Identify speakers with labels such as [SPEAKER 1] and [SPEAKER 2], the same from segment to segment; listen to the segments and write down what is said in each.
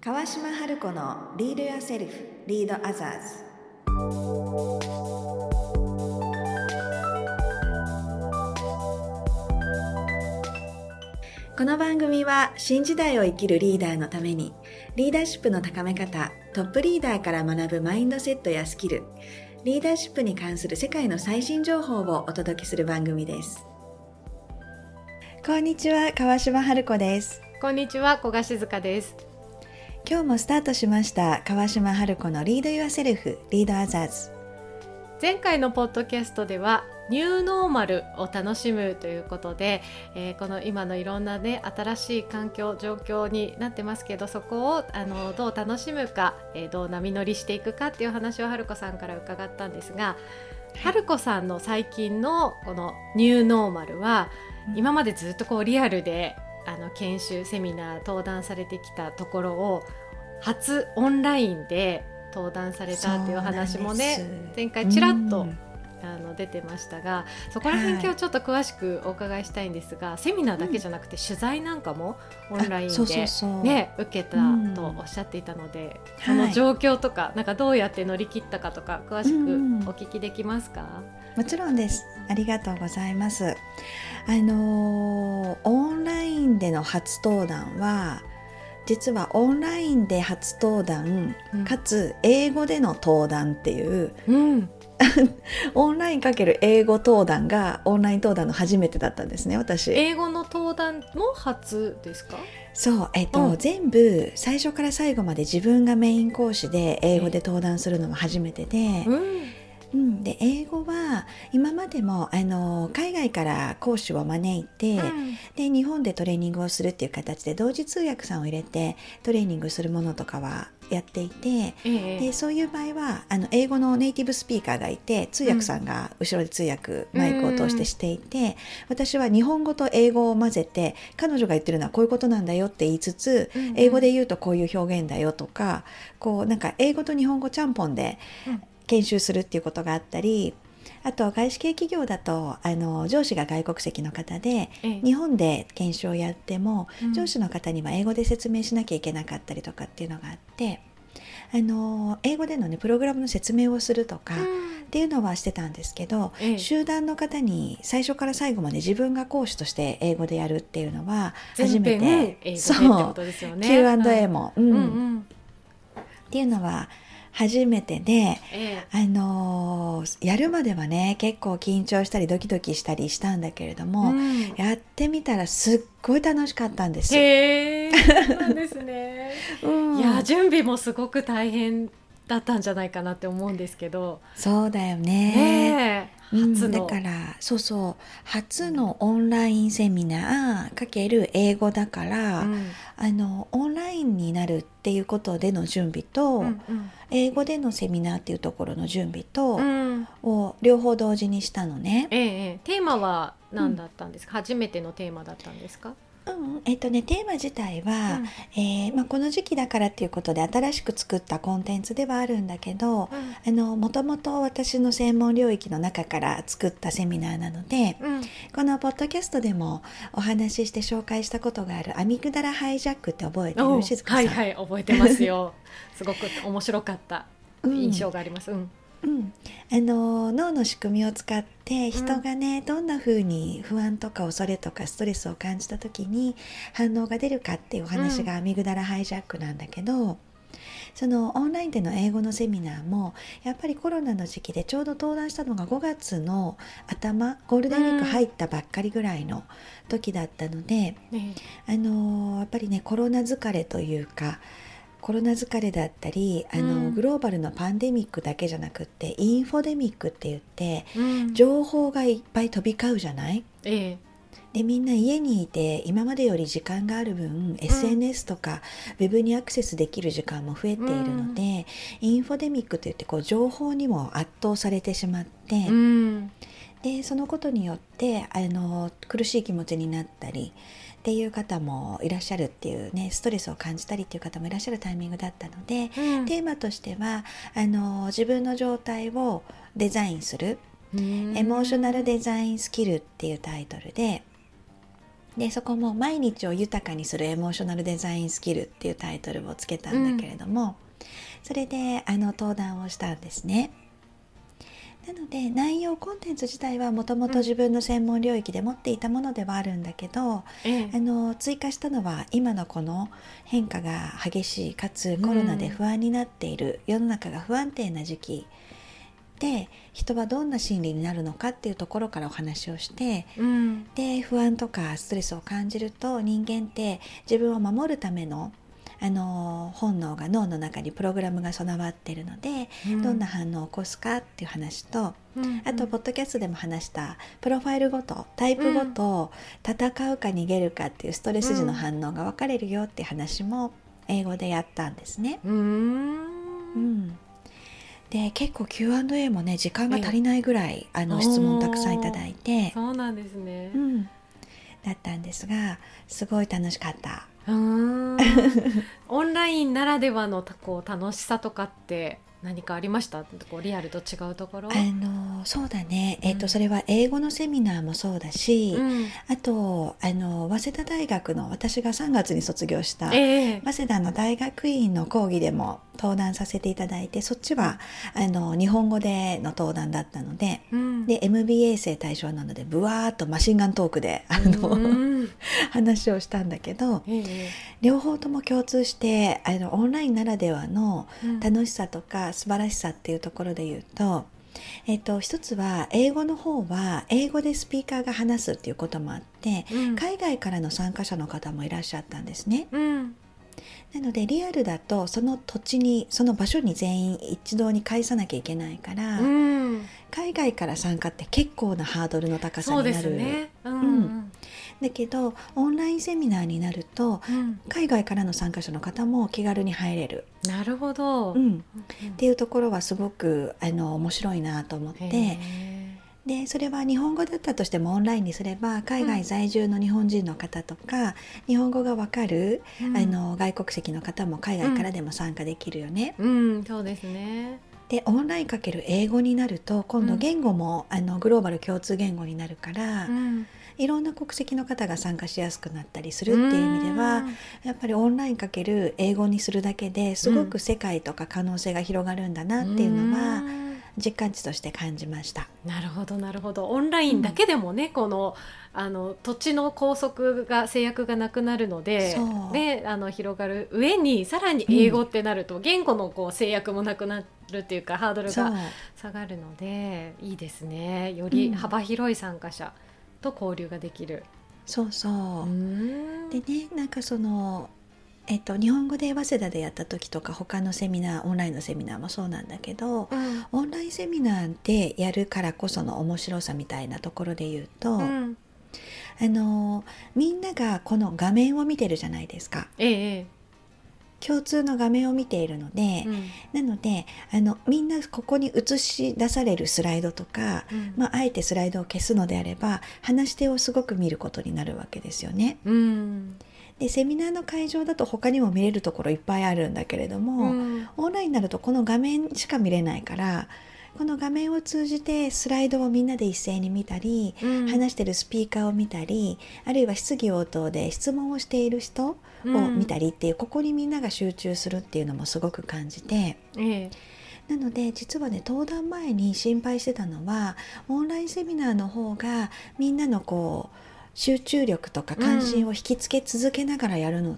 [SPEAKER 1] 川島春子の Lead Yourself, Lead Others。 この番組は新時代を生きるリーダーのためにリーダーシップの高め方、トップリーダーから学ぶマインドセットやスキル、リーダーシップに関する世界の最新情報をお届けする番組です。こんにちは、川島春子です。
[SPEAKER 2] こんにちは、古賀静香です。
[SPEAKER 1] 今日もスタートしました川島春子の Lead Yourself, Lead Others。
[SPEAKER 2] 前回のポッドキャストではニューノーマルを楽しむということで、この今のいろんなね新しい環境状況になってますけど、そこをどう楽しむか、どう波乗りしていくかっていう話を春子さんから伺ったんですが、春子さんの最近のこのニューノーマルは、今までずっとこうリアルで研修セミナー登壇されてきたところを初オンラインで登壇されたっていう話もね、前回ちらっと出てましたが、そこら辺今日ちょっと詳しくお伺いしたいんですが、セミナーだけじゃなくて取材なんかもオンラインで、ね、受けたとおっしゃっていたので、その状況とか、なんかどうやって乗り切ったかとか詳しくお聞きできますか？
[SPEAKER 1] もちろんです。ありがとうございます。オンラインでの初登壇は実はオンラインで初登壇、かつ英語での登壇っていう、オンライン×英語登壇がオンライン登壇の初めてだったんですね、私。
[SPEAKER 2] 英語の登壇も初ですか？
[SPEAKER 1] そう、全部最初から最後まで自分がメイン講師で英語で登壇するのも初めてで、で英語は今までも海外から講師を招いて、で日本でトレーニングをするっていう形で同時通訳さんを入れてトレーニングするものとかはやっていて、でそういう場合は英語のネイティブスピーカーがいて、通訳さんが後ろで通訳、マイクを通してしていて、私は日本語と英語を混ぜて、彼女が言ってるのはこういうことなんだよって言いつつ、英語で言うとこういう表現だよとか、こうなんか英語と日本語ちゃんぽんで研修するっていうことがあったり、あと外資系企業だと上司が外国籍の方で、日本で研修をやっても、上司の方には英語で説明しなきゃいけなかったりとかっていうのがあって、英語での、プログラムの説明をするとかっていうのはしてたんですけど、集団の方に最初から最後まで自分が講師として英語でやるっていうのは初めて、そう Q&A も、っていうのは初めてで、やるまではね結構緊張したりドキドキしたりしたんだけれども、やってみたらすっごい楽しかったんです。
[SPEAKER 2] そうなんですね。いや準備もすごく大変だったんじゃないかなって思うんですけど。そうだよね。だから初のオンラインセミナー×英語だから、オンラインになるっていうことでの準備と、英語でのセミナーっていうところの準備と、を両方同時にしたのね。 テーマは何だったんですか？初めてのテーマだったんですか？
[SPEAKER 1] テーマ自体は、この時期だからっていうことで新しく作ったコンテンツではあるんだけど、もともと私の専門領域の中から作ったセミナーなので、このポッドキャストでもお話しして紹介したことがあるアミグダラハイジャックって覚えてる？静香さん。
[SPEAKER 2] はい覚えてますよ。すごく面白かった印象があります。
[SPEAKER 1] 脳の仕組みを使って人がね、どんな風に不安とか恐れとかストレスを感じた時に反応が出るかっていうお話がアミグダラハイジャックなんだけど、そのオンラインでの英語のセミナーもやっぱりコロナの時期でちょうど登壇したのが5月の頭、ゴールデンウィーク入ったばっかりぐらいの時だったので、やっぱりねコロナ疲れというか、コロナ疲れだったりグローバルのパンデミックだけじゃなくってインフォデミックって言って、情報がいっぱい飛び交うじゃない、でみんな家にいて今までより時間がある分、SNS とかウェブにアクセスできる時間も増えているので、インフォデミックといってこう情報にも圧倒されてしまって、でそのことによって苦しい気持ちになったりっていう方もいらっしゃるっていうね、ストレスを感じたりっていう方もいらっしゃるタイミングだったので、テーマとしては自分の状態をデザインするエモーショナルデザインスキルっていうタイトルで、 でそこも毎日を豊かにするエモーショナルデザインスキルっていうタイトルをつけたんだけれども、それで登壇をしたんですね。なので内容コンテンツ自体はもともと自分の専門領域で持っていたものではあるんだけど、追加したのは今のこの変化が激しいかつコロナで不安になっている、世の中が不安定な時期で人はどんな心理になるのかっていうところからお話をして、で不安とかストレスを感じると人間って自分を守るための本能が脳の中にプログラムが備わっているので、どんな反応を起こすかっていう話と、あとポッドキャストでも話したプロファイルごとタイプごと、戦うか逃げるかっていうストレス時の反応が分かれるよっていう話も英語でやったんですね。で結構 Q&A もね時間が足りないぐらい質問たくさんいただいて、
[SPEAKER 2] そうなんですね、
[SPEAKER 1] だったんですが、すごい楽しかった。
[SPEAKER 2] オンラインならではのこう楽しさとかって何かありました？こうリアルと違うところ？
[SPEAKER 1] そうだね、それは英語のセミナーもそうだし、あと早稲田大学の、私が3月に卒業した、早稲田の大学院の講義でも登壇させていただいて、そっちは日本語での登壇だったので、で MBA 生対象なのでブワーっとマシンガントークで話をしたんだけど、両方とも共通してオンラインならではの楽しさとか素晴らしさっていうところで言うと、一つは英語の方は英語でスピーカーが話すっていうこともあって、海外からの参加者の方もいらっしゃったんですね。なのでリアルだとその土地にその場所に全員一堂に会さなきゃいけないから、海外から参加って結構なハードルの高さになる。そうですね。だけどオンラインセミナーになると、海外からの参加者の方も気軽に入れる。
[SPEAKER 2] なるほど、
[SPEAKER 1] っていうところはすごく面白いなと思って、でそれは日本語だったとしてもオンラインにすれば海外在住の日本人の方とか、日本語がわかる、外国籍の方も海外からでも参加できるよね。
[SPEAKER 2] そうですね。
[SPEAKER 1] でオンラインかける英語になると今度言語も、グローバル共通言語になるから、いろんな国籍の方が参加しやすくなったりするっていう意味では、やっぱりオンラインかける英語にするだけですごく世界とか可能性が広がるんだなっていうのは、実感値として感じました。
[SPEAKER 2] なるほどなるほど。オンラインだけでもね、この土地の拘束が制約がなくなるので、広がる上にさらに英語ってなると、言語のこう制約もなくなるっていうかハードルが下がるのでいいですね。より幅広い参加者と交流ができる。
[SPEAKER 1] そうそう。でね、なんかその日本語で早稲田でやった時とか他のセミナー、オンラインのセミナーもそうなんだけど、オンラインセミナーでやるからこその面白さみたいなところで言うと、みんながこの画面を見てるじゃないですか。共通の画面を見ているので、なのでみんなここに映し出されるスライドとか、あえてスライドを消すのであれば話し手をすごく見ることになるわけですよね。でセミナーの会場だと他にも見れるところいっぱいあるんだけれども、オンラインになるとこの画面しか見れないから、この画面を通じてスライドをみんなで一斉に見たり、話してるスピーカーを見たり、あるいは質疑応答で質問をしている人を見たりっていう、ここにみんなが集中するっていうのもすごく感じて、なので実はね、登壇前に心配してたのは、オンラインセミナーの方がみんなのこう集中力とか関心を引きつけ続けながらやるのって、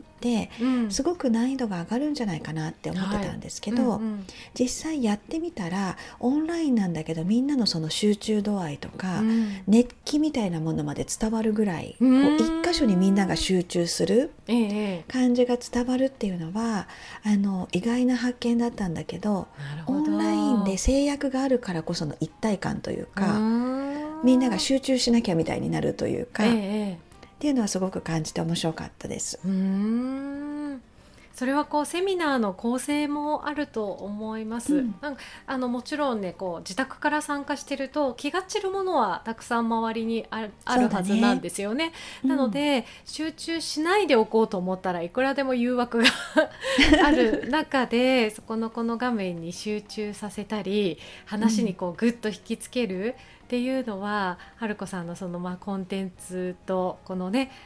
[SPEAKER 1] すごく難易度が上がるんじゃないかなって思ってたんですけど、実際やってみたらオンラインなんだけどみんなのその集中度合いとか、熱気みたいなものまで伝わるぐらい、こう一箇所にみんなが集中する感じが伝わるっていうのは意外な発見だったんだけど、オンラインで制約があるからこその一体感というか、みんなが集中しなきゃみたいになるというか、っていうのはすごく感じて面白かったです。
[SPEAKER 2] それはこうセミナーの構成もあると思います。もちろんね、こう自宅から参加してると気が散るものはたくさん周りにあるはずなんですよね。なので集中しないでおこうと思ったらいくらでも誘惑がある中で、そこのこの画面に集中させたり、話にこうグッと引きつけるっていうのは、春子さんのそのコンテンツとこのね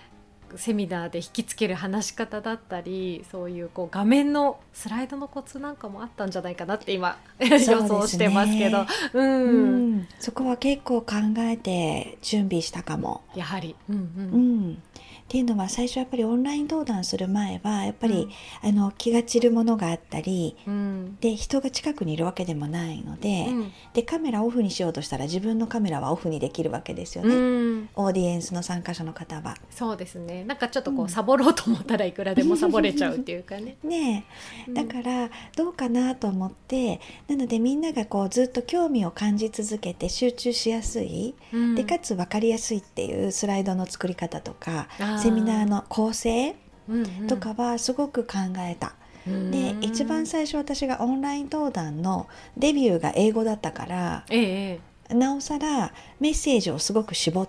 [SPEAKER 2] セミナーで引きつける話し方だったり、そういうこう画面のスライドのコツなんかもあったんじゃないかなって今、予想してますけど、
[SPEAKER 1] そこは結構考えて準備したかも。
[SPEAKER 2] やはり、
[SPEAKER 1] っていうのは最初やっぱりオンライン登壇する前はやっぱり、気が散るものがあったり、で人が近くにいるわけでもないので、でカメラオフにしようとしたら自分のカメラはオフにできるわけですよね、オーディエンスの参加者の方は。
[SPEAKER 2] そうですね、なんかちょっとこう、サボろうと思ったらいくらでもサボれちゃうっていうかね
[SPEAKER 1] ねえ、だからどうかなと思って、なのでみんながこうずっと興味を感じ続けて集中しやすい、でかつ分かりやすいっていうスライドの作り方とかセミナーの構成とかはすごく考えた。で一番最初私がオンライン登壇のデビューが英語だったから、なおさらメッセージをすごく絞って、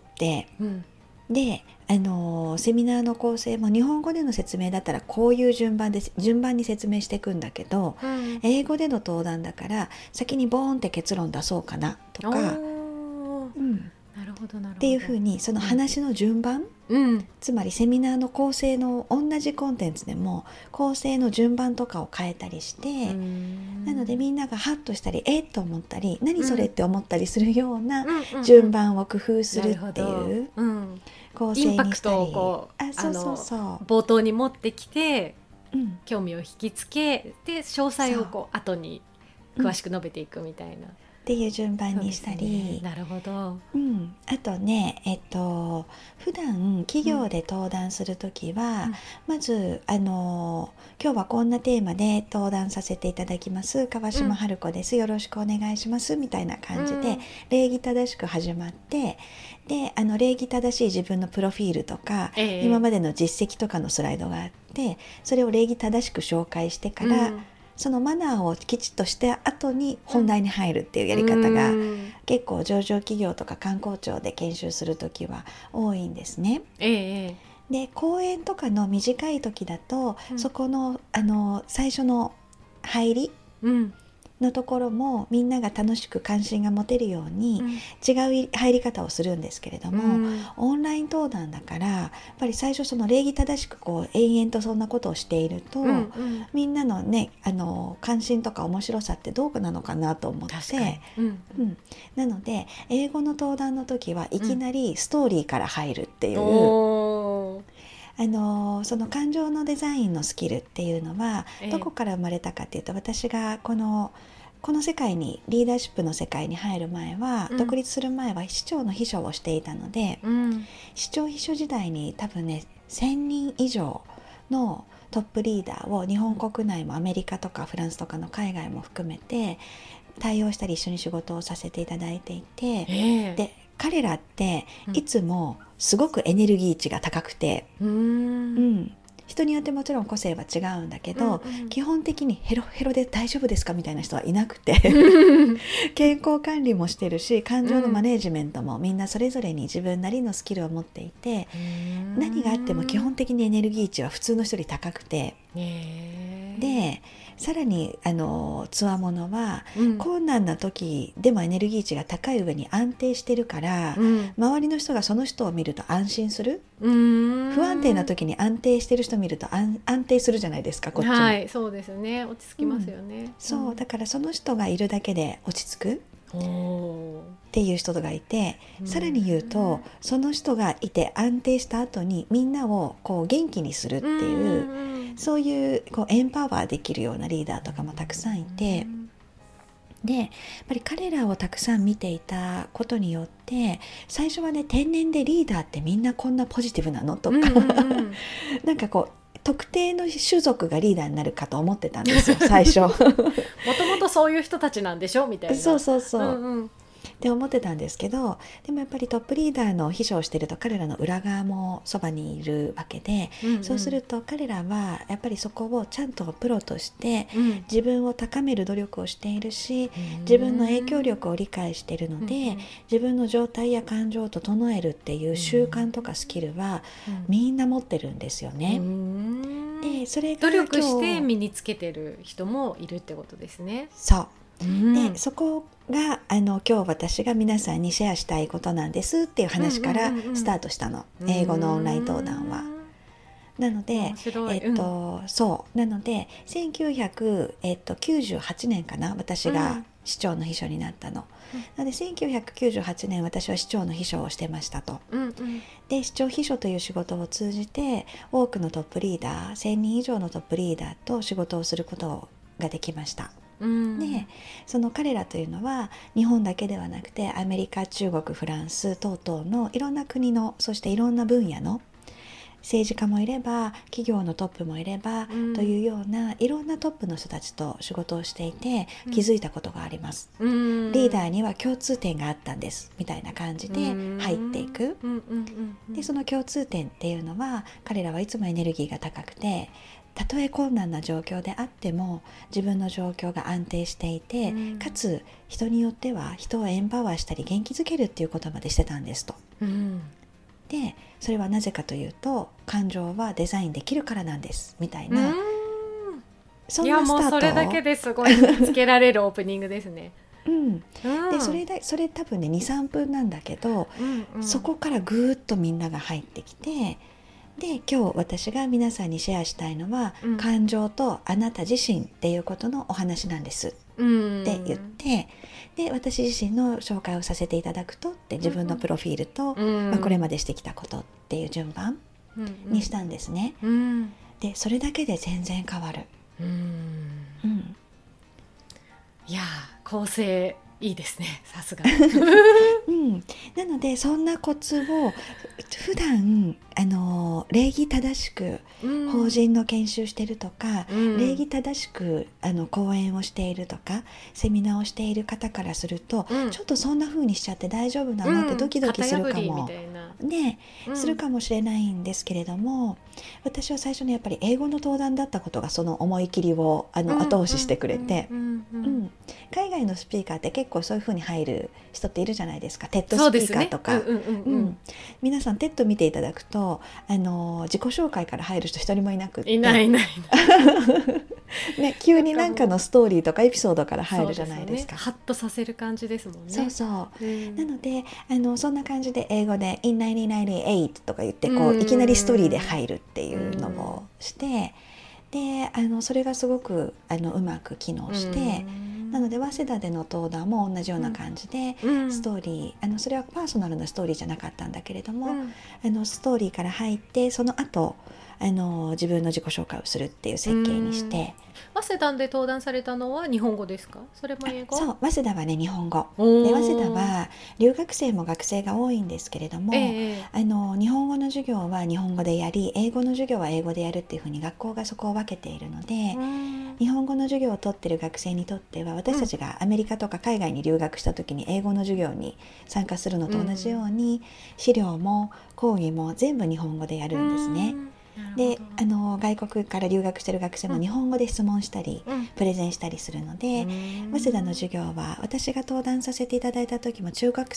[SPEAKER 1] でセミナーの構成も日本語での説明だったらこういう順番に説明していくんだけど、英語での登壇だから先にボーンって結論出そうかなとか、
[SPEAKER 2] なるほど
[SPEAKER 1] っていうふうにその話の順番、つまりセミナーの構成の同じコンテンツでも構成の順番とかを変えたりして、なのでみんながハッとしたりと思ったり何それって思ったりするような順番を工夫するっていう構成にしたり、インパクトをこう
[SPEAKER 2] 冒頭に持ってきて、興味を引きつけて詳細をこう後に詳しく述べていくみたいな、
[SPEAKER 1] っていう順番にしたり、
[SPEAKER 2] なるほど、
[SPEAKER 1] あとね、普段企業で登壇するときは、まず今日はこんなテーマで登壇させていただきます、川島春子です、よろしくお願いしますみたいな感じで、礼儀正しく始まって、で礼儀正しい自分のプロフィールとか、今までの実績とかのスライドがあって、それを礼儀正しく紹介してから、そのマナーをきちっとした後に本題に入るっていうやり方が、結構上場企業とか観光庁で研修するときは多いんですね。で講演とかの短い時だと、そこの最初の入りのところもみんなが楽しく関心が持てるように違う入り方をするんですけれども、オンライン登壇だからやっぱり最初その礼儀正しくこう延々とそんなことをしていると、みんなのね関心とか面白さってどうなのかなと思って、なので英語の登壇の時はいきなりストーリーから入るっていう、その感情のデザインのスキルっていうのはどこから生まれたかっていうと、私がこの世界にリーダーシップの世界に入る前は、独立する前は市長の秘書をしていたので、市長秘書時代に多分ね1000人以上のトップリーダーを日本国内もアメリカとかフランスとかの海外も含めて対応したり一緒に仕事をさせていただいていて、で彼らっていつもすごくエネルギー値が高くて、人によってもちろん個性は違うんだけど、基本的にヘロヘロで大丈夫ですかみたいな人はいなくて健康管理もしてるし、感情のマネージメントもみんなそれぞれに自分なりのスキルを持っていて、何があっても基本的にエネルギー値は普通の人より高くて、でさらにつわものは、困難な時でもエネルギー値が高い上に安定してるから、周りの人がその人を見ると安心する。不安定な時に安定してる人見ると安定するじゃないですか、こっちも。
[SPEAKER 2] はい、そうですね、落ち着きますよね。
[SPEAKER 1] そうだからその人がいるだけで落ち着くっていう人がいて、さらに言うとその人がいて安定した後にみんなをこう元気にするっていう、そういうエンパワーできるようなリーダーとかもたくさんいて、でやっぱり彼らをたくさん見ていたことによって最初はね、天然でリーダーってみんなこんなポジティブなのとか、なんかこう特定の種族がリーダーになるかと思ってたんですよ最初。も
[SPEAKER 2] ともとそういう人たちなんでしょみたいな。そう、
[SPEAKER 1] って思ってたんですけど、でもやっぱりトップリーダーの秘書をしてると彼らの裏側もそばにいるわけで、そうすると彼らはやっぱりそこをちゃんとプロとして自分を高める努力をしているし、自分の影響力を理解しているので、自分の状態や感情を整えるっていう習慣とかスキルはみんな持ってるんですよね。でそれが
[SPEAKER 2] 努力して身につけてる人もいるってことですね。
[SPEAKER 1] そうでそこが今日私が皆さんにシェアしたいことなんですっていう話からスタートしたの、英語のオンライン登壇は。 なので、そうなので1998年かな、私が市長の秘書になったの、なので1998年私は市長の秘書をしてましたと、で市長秘書という仕事を通じて多くのトップリーダー、1000人以上のトップリーダーと仕事をすることができました。でその彼らというのは日本だけではなくてアメリカ、中国、フランス等々のいろんな国の、そしていろんな分野の政治家もいれば企業のトップもいれば、というようないろんなトップの人たちと仕事をしていて気づいたことがあります、リーダーには共通点があったんですみたいな感じで入っていく、でその共通点っていうのは彼らはいつもエネルギーが高くて、たとえ困難な状況であっても自分の状況が安定していて、かつ人によっては人をエンパワーしたり元気づけるっていうことまでしてたんですと、でそれはなぜかというと感情はデザインできるからなんですみたいな、そんなスタート。いやもう
[SPEAKER 2] それだけですごいつけられるオープニングですね。
[SPEAKER 1] でそれ多分ね 2,3 分なんだけど、そこからぐーっとみんなが入ってきて、で今日私が皆さんにシェアしたいのは、感情とあなた自身っていうことのお話なんですって言って、で私自身の紹介をさせていただくとって自分のプロフィールと、これまでしてきたことっていう順番にしたんですね、でそれだけで全然変わる。
[SPEAKER 2] いや構成いいですね、さすが、
[SPEAKER 1] なのでそんなコツを普段礼儀正しく法人の研修してるとか、礼儀正しく講演をしているとかセミナーをしている方からすると、ちょっとそんな風にしちゃって大丈夫なのってドキドキするかも、するかもしれないんですけれども、私は最初にやっぱり英語の登壇だったことがその思い切りを後押ししてくれて、海外のスピーカーって結構そういう風に入る人っているじゃないですか。テッドスピーカーとか、皆さんテッド見ていただくと自己紹介から入る人一人もいなくって、
[SPEAKER 2] いないね、
[SPEAKER 1] 急に何かのストーリーとかエピソードから入るじゃないですか。
[SPEAKER 2] ハッとさせる感じですもんね。
[SPEAKER 1] そうそう、なのでそんな感じで英語で In 1998とか言ってこういきなりストーリーで入るっていうのをして、でそれがすごくうまく機能して、なので早稲田での登壇も同じような感じで、ストーリーそれはパーソナルなストーリーじゃなかったんだけれども、ストーリーから入ってその後自分の自己紹介をするっていう設計にして。
[SPEAKER 2] 早稲田で登壇されたのは日本語ですか？それも英語？
[SPEAKER 1] そう、早稲田はね日本語で、早稲田は留学生も学生が多いんですけれども、日本語の授業は日本語でやり、英語の授業は英語でやるっていうふうに学校がそこを分けているので、日本語の授業を取ってる学生にとっては私たちがアメリカとか海外に留学した時に英語の授業に参加するのと同じように、資料も講義も全部日本語でやるんですね。で外国から留学してる学生も日本語で質問したり、プレゼンしたりするので、早稲田の授業は私が登壇させていただいた時も中国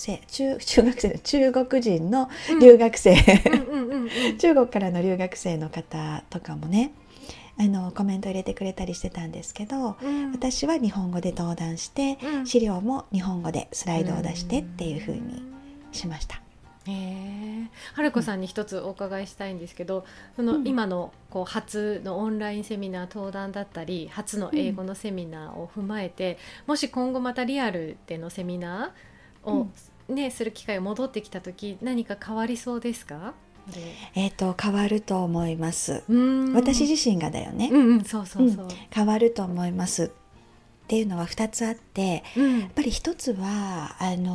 [SPEAKER 1] 人の留学生中国からの留学生の方とかもねコメント入れてくれたりしてたんですけど、私は日本語で登壇して、資料も日本語でスライドを出してっていう風にしました。
[SPEAKER 2] 春子さんに一つお伺いしたいんですけど、今の初のオンラインセミナー登壇だったり初の英語のセミナーを踏まえて、もし今後またリアルでのセミナーを、する機会が戻ってきた時、何か変わりそうですか？
[SPEAKER 1] 変わると思います。私自身がだよね。変わると思いますっていうのは2つあって、やっぱり1つは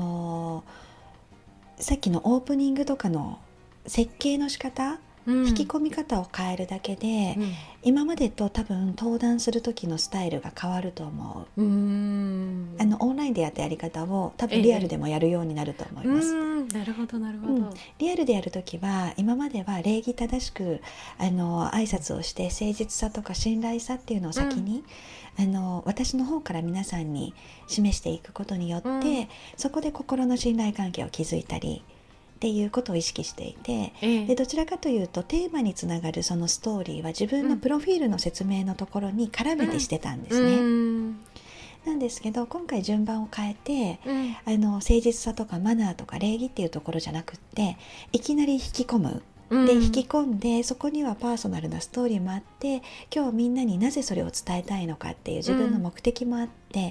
[SPEAKER 1] さっきのオープニングとかの設計の仕方、引き込み方を変えるだけで、今までと多分登壇する時のスタイルが変わると思う。オンラインでやったやり方を多分リアルでもやるようになると思います。
[SPEAKER 2] なるほどなるほど、
[SPEAKER 1] リアルでやる時は今までは礼儀正しく挨拶をして誠実さとか信頼さっていうのを先に、私の方から皆さんに示していくことによって、そこで心の信頼関係を築いたりっていうことを意識していて、でどちらかというとテーマにつながるそのストーリーは自分のプロフィールの説明のところに絡めてしてたんですね。なんですけど今回順番を変えて、誠実さとかマナーとか礼儀っていうところじゃなくって、いきなり引き込むで引き込んで、そこにはパーソナルなストーリーもあって、今日みんなになぜそれを伝えたいのかっていう自分の目的もあって、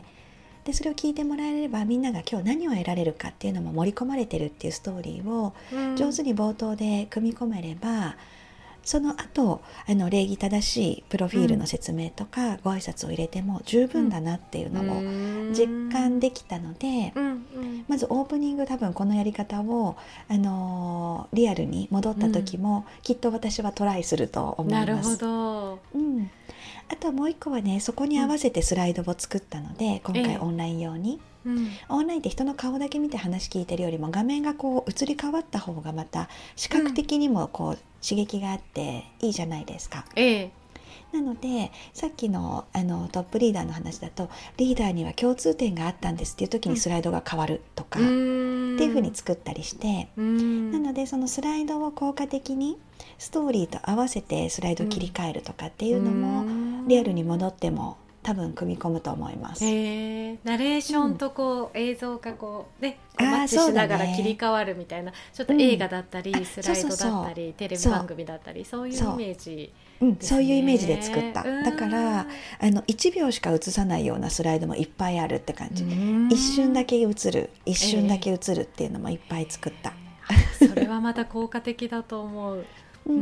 [SPEAKER 1] でそれを聞いてもらえればみんなが今日何を得られるかっていうのも盛り込まれてるっていうストーリーを上手に冒頭で組み込めれば、その後礼儀正しいプロフィールの説明とか、ご挨拶を入れても十分だなっていうのを実感できたので、まずオープニング多分このやり方を、リアルに戻った時も、きっと私はトライすると思います。
[SPEAKER 2] なるほど、
[SPEAKER 1] あともう一個はね、そこに合わせてスライドを作ったので、今回オンライン用に、オンラインって人の顔だけ見て話聞いてるよりも画面がこう移り変わった方がまた視覚的にもこう刺激があっていいじゃないですか。なのでさっきのトップリーダーの話だと、リーダーには共通点があったんですっていう時にスライドが変わるとか、っていう風に作ったりして、なのでそのスライドを効果的にストーリーと合わせてスライドを切り替えるとかっていうのも、リアルに戻っても多分組み込むと思います。
[SPEAKER 2] ナレーションとこう、映像がこうね、こうマッチしながら切り替わるみたいな、ちょっと映画だったり、スライドだったり、テレビ番組だったり、そういうイメージですね。
[SPEAKER 1] そういうイメージで作った。だから1秒しか映さないようなスライドもいっぱいあるって感じ。一瞬だけ映る、一瞬だけ映るっていうのもいっぱい作った。
[SPEAKER 2] それはまた効果的だと思う。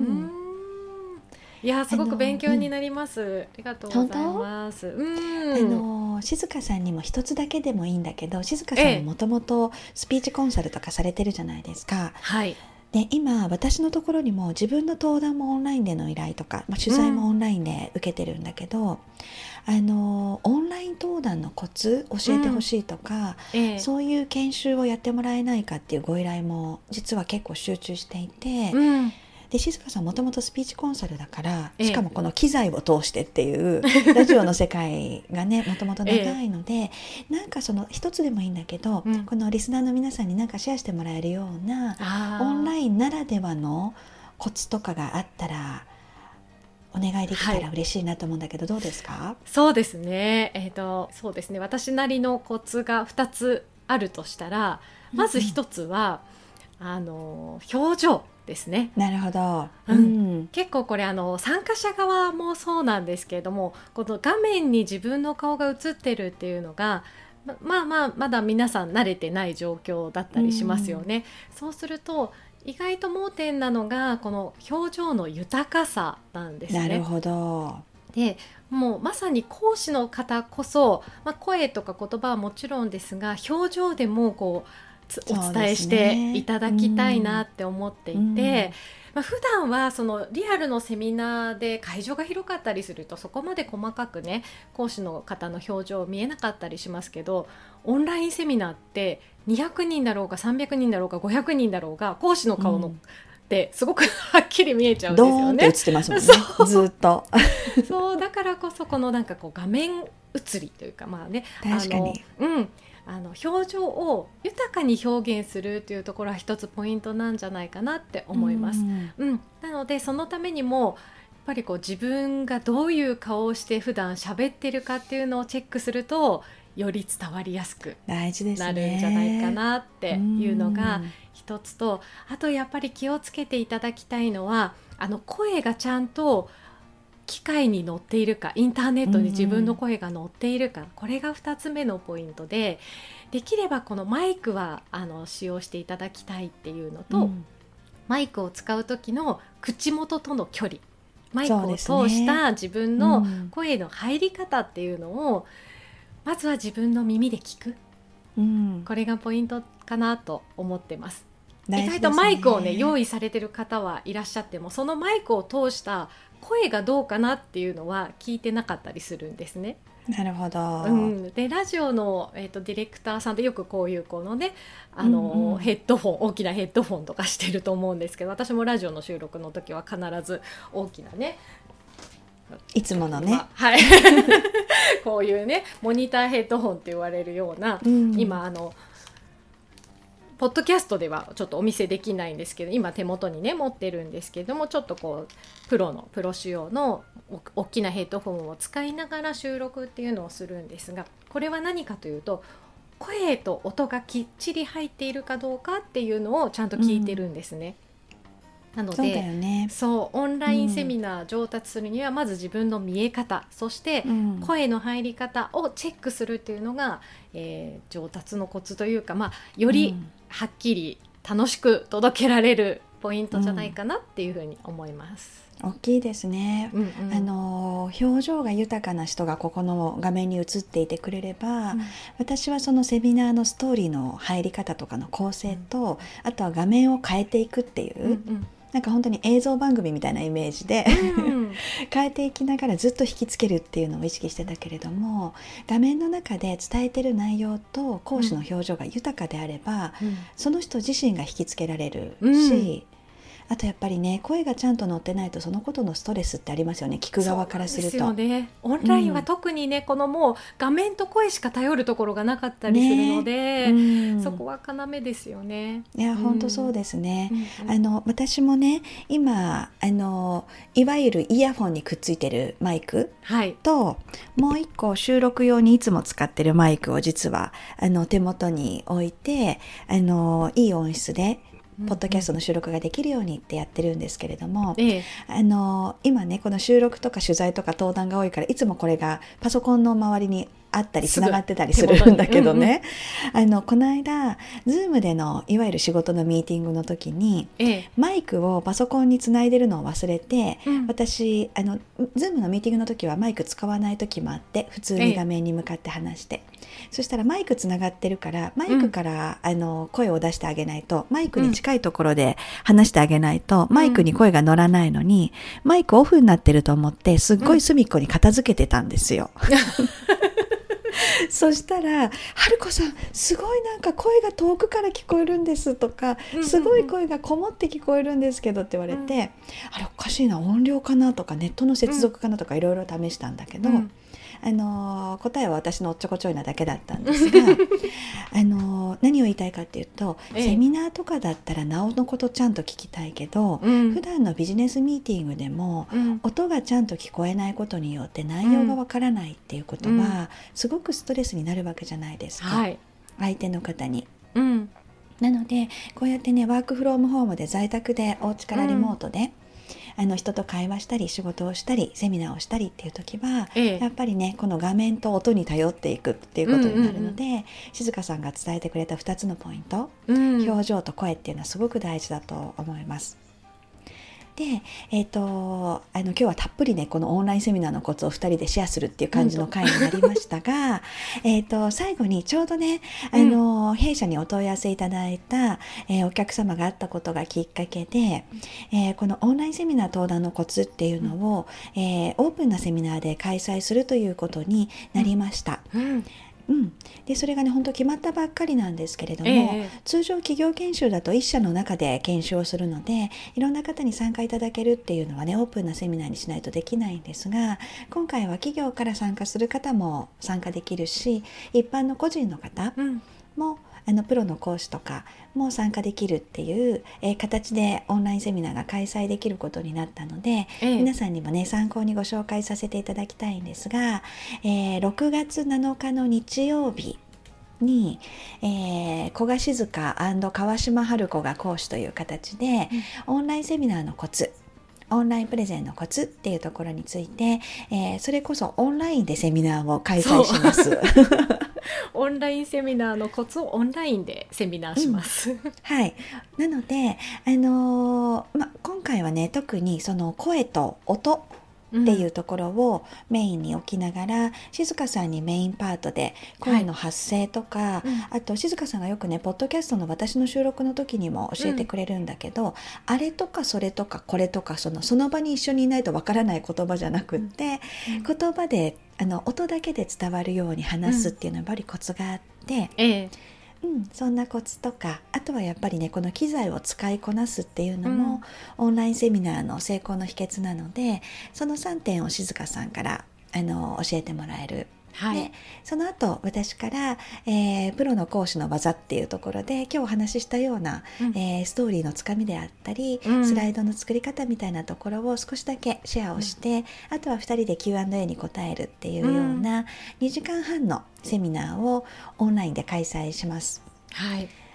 [SPEAKER 2] いや、すごく勉強になります。ありがとうございます。
[SPEAKER 1] 静香さんにも一つだけでもいいんだけど、静香さんももともとスピーチコンサルとかされてるじゃないですか。で今私のところにも自分の登壇もオンラインでの依頼とか、取材もオンラインで受けてるんだけど、オンライン登壇のコツ教えてほしいとか、そういう研修をやってもらえないかっていうご依頼も実は結構集中していて、で静香さんもともとスピーチコンサルだから、しかもこの機材を通してっていうラジオの世界がねもともと長いので、なんかその一つでもいいんだけど、このリスナーの皆さんになんかシェアしてもらえるようなオンラインならではのコツとかがあったらお願いできたら嬉しいなと思うんだけど、どうですか？
[SPEAKER 2] そうですね、そうですね、私なりのコツが2つあるとしたら、まず1つは、表情ですね。
[SPEAKER 1] なるほど、
[SPEAKER 2] 結構これ参加者側もそうなんですけれども、この画面に自分の顔が映ってるっていうのがまだ皆さん慣れてない状況だったりしますよね。そうすると意外と盲点なのがこの表情の豊かさなんですね。
[SPEAKER 1] なるほど。
[SPEAKER 2] でもうまさに講師の方こそ、声とか言葉はもちろんですが、表情でもこうお伝えしていただきたいなって思っていて、普段はそのリアルのセミナーで会場が広かったりするとそこまで細かくね講師の方の表情見えなかったりしますけど、オンラインセミナーって200人だろうが300人だろうが500人だろうが講師の顔の、ってすごくはっきり見えちゃうんですよね。
[SPEAKER 1] ドーンって映ってますもんねずっと
[SPEAKER 2] そうだからこそこのなんかこう画面映りというか、
[SPEAKER 1] 確かに
[SPEAKER 2] 表情を豊かに表現するというところは一つポイントなんじゃないかなって思います。なのでそのためにもやっぱりこう自分がどういう顔をして普段喋ってるかっていうのをチェックするとより伝わりやすくなるんじゃないかなっていうのが一つと、あとやっぱり気をつけていただきたいのは声がちゃんと機械に載っているか、インターネットに自分の声が載っているか、これが2つ目のポイントで、できればこのマイクは使用していただきたいっていうのと、マイクを使う時の口元との距離、マイクを通した自分の声の入り方っていうのを、まずは自分の耳で聞く、これがポイントかなと思ってます。意外とマイクをね用意されてる方はいらっしゃっても、そのマイクを通した声がどうかなっていうのは聞いてなかったりするんですね。
[SPEAKER 1] なるほど、
[SPEAKER 2] でラジオの、ディレクターさんってよくこういうこのねヘッドフォン、大きなヘッドフォンとかしてると思うんですけど、私もラジオの収録の時は必ず大きなね、
[SPEAKER 1] いつものね、
[SPEAKER 2] こういうねモニターヘッドホンって言われるような、今ポッドキャストではちょっとお見せできないんですけど、今手元にね持ってるんですけども、ちょっとこうプロ仕様の大きなヘッドホンを使いながら収録っていうのをするんですが、これは何かというと声と音がきっちり入っているかどうかっていうのをちゃんと聞いてるんですね。 なので
[SPEAKER 1] そうだよね。
[SPEAKER 2] そうオンラインセミナー上達するにはまず自分の見え方、そして声の入り方をチェックするっていうのが、上達のコツというか、よりはっきり楽しく届けられるポイントじゃないかなっていうふうに思います。
[SPEAKER 1] 大きいですね、表情が豊かな人がここの画面に映っていてくれれば、私はそのセミナーのストーリーの入り方とかの構成と、あとは画面を変えていくっていう、なんか本当に映像番組みたいなイメージで、変えていきながらずっと引きつけるっていうのを意識してたけれども、画面の中で伝えてる内容と講師の表情が豊かであれば、その人自身が引きつけられるし、あとやっぱりね、声がちゃんと乗ってないとそのことのストレスってありますよね、聞く側からすると。
[SPEAKER 2] そうですよね。オンラインは特にね、このもう画面と声しか頼るところがなかったりするので、そこは要ですよね。
[SPEAKER 1] いや本当そうですね、私もね今いわゆるイヤホンにくっついてるマイクと、もう一個収録用にいつも使ってるマイクを実は手元に置いていい音質でポッドキャストの収録ができるようにってやってるんですけれども、今ねこの収録とか取材とか登壇が多いから、いつもこれがパソコンの周りにあったりつながってたりするんだけどね、この間 Zoom でのいわゆる仕事のミーティングの時に、マイクをパソコンにつないでるのを忘れて、私Zoom のミーティングの時はマイク使わない時もあって、普通に画面に向かって話して、そしたらマイクつながってるから、マイクから、声を出してあげないと、マイクに近いところで話してあげないと、マイクに声が乗らないのに、マイクオフになってると思ってすっごい隅っこに片付けてたんですよ。そしたら春子さんすごいなんか声が遠くから聞こえるんですとか、すごい声がこもって聞こえるんですけどって言われて、あれおかしいな、音量かなとかネットの接続かなとかいろいろ試したんだけど、答えは私のおっちょこちょいなだけだったんですが何を言いたいかっていうと、セミナーとかだったらなおのことちゃんと聞きたいけど、普段のビジネスミーティングでも、音がちゃんと聞こえないことによって内容がわからないっていうことは、すごくストレスになるわけじゃないですか、相手の方に。なのでこうやってね、ワークフロームホームで在宅でお家からリモートで、人と会話したり仕事をしたりセミナーをしたりっていう時は、やっぱりねこの画面と音に頼っていくっていうことになるので、静香さんが伝えてくれた2つのポイント、表情と声っていうのはすごく大事だと思います。で、今日はたっぷりねこのオンラインセミナーのコツを2人でシェアするっていう感じの回になりましたが最後にちょうどね弊社にお問い合わせいただいた、お客様があったことがきっかけで、このオンラインセミナー登壇のコツっていうのを、オープンなセミナーで開催するということになりました。でそれがね本当決まったばっかりなんですけれども、通常企業研修だと1社の中で研修をするので、いろんな方に参加いただけるっていうのはねオープンなセミナーにしないとできないんですが、今回は企業から参加する方も参加できるし、一般の個人の方も、プロの講師とかも参加できるっていう、形でオンラインセミナーが開催できることになったので、皆さんにもね参考にご紹介させていただきたいんですが、6月7日の日曜日に、古賀静香&川島春子が講師という形で、オンラインセミナーのコツ、オンラインプレゼンのコツっていうところについて、それこそオンラインでセミナーを開催します
[SPEAKER 2] オンラインセミナーのコツをオンラインでセミナーします、
[SPEAKER 1] はい。なので、今回はね特にその声と音っていうところをメインに置きながら、静香さんにメインパートで声の発声とか、あと静香さんがよくねポッドキャストの私の収録の時にも教えてくれるんだけど、あれとかそれとかこれとかその場に一緒にいないとわからない言葉じゃなくって、言葉で音だけで伝わるように話すっていうのはやっぱりコツがあって、そんなコツとか、あとはやっぱりねこの機材を使いこなすっていうのも、オンラインセミナーの成功の秘訣なので、その3点を静香さんから教えてもらえる。でその後私から、プロの講師の技っていうところで今日お話ししたような、ストーリーのつかみであったり、スライドの作り方みたいなところを少しだけシェアをして、あとは2人で Q&A に答えるっていうような2時間半のセミナーをオンラインで開催します。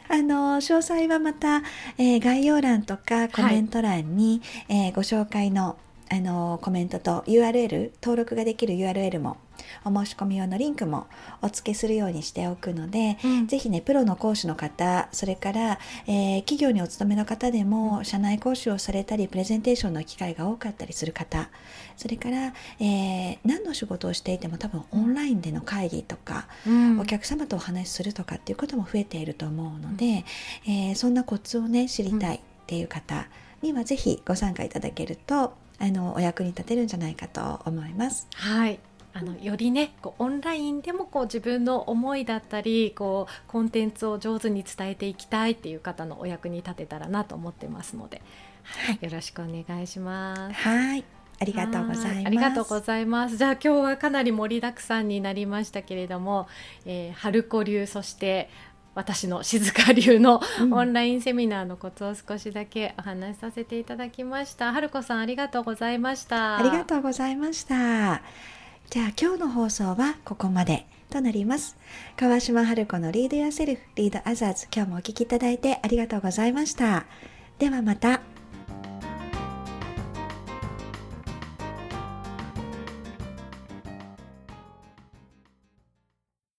[SPEAKER 1] 詳細はまた、概要欄とかコメント欄に、ご紹介の、コメントと URL、登録ができる URL もお申し込み用のリンクもお付けするようにしておくので、ぜひね、プロの講師の方、それから、企業にお勤めの方でも社内講師をされたりプレゼンテーションの機会が多かったりする方、それから、何の仕事をしていても多分オンラインでの会議とか、お客様とお話しするとかっていうことも増えていると思うので、そんなコツをね知りたいっていう方にはぜひご参加いただけるとお役に立てるんじゃないかと思います。
[SPEAKER 2] はい、よりねオンラインでも自分の思いだったりコンテンツを上手に伝えていきたいっていう方のお役に立てたらなと思ってますので、はい、よろしくお願いします。
[SPEAKER 1] はい、ありがとうございます。
[SPEAKER 2] ありがとうございます。じゃあ今日はかなり盛りだくさんになりましたけれども、春子流、そして私の静香流のオンラインセミナーのコツを少しだけお話しさせていただきました。春子さん、ありがとうございました。
[SPEAKER 1] ありがとうございました。じゃあ今日の放送はここまでとなります。川島春子のリードヨーセルフ、リードアザーズ、今日もお聞きいただいてありがとうございました。ではまた。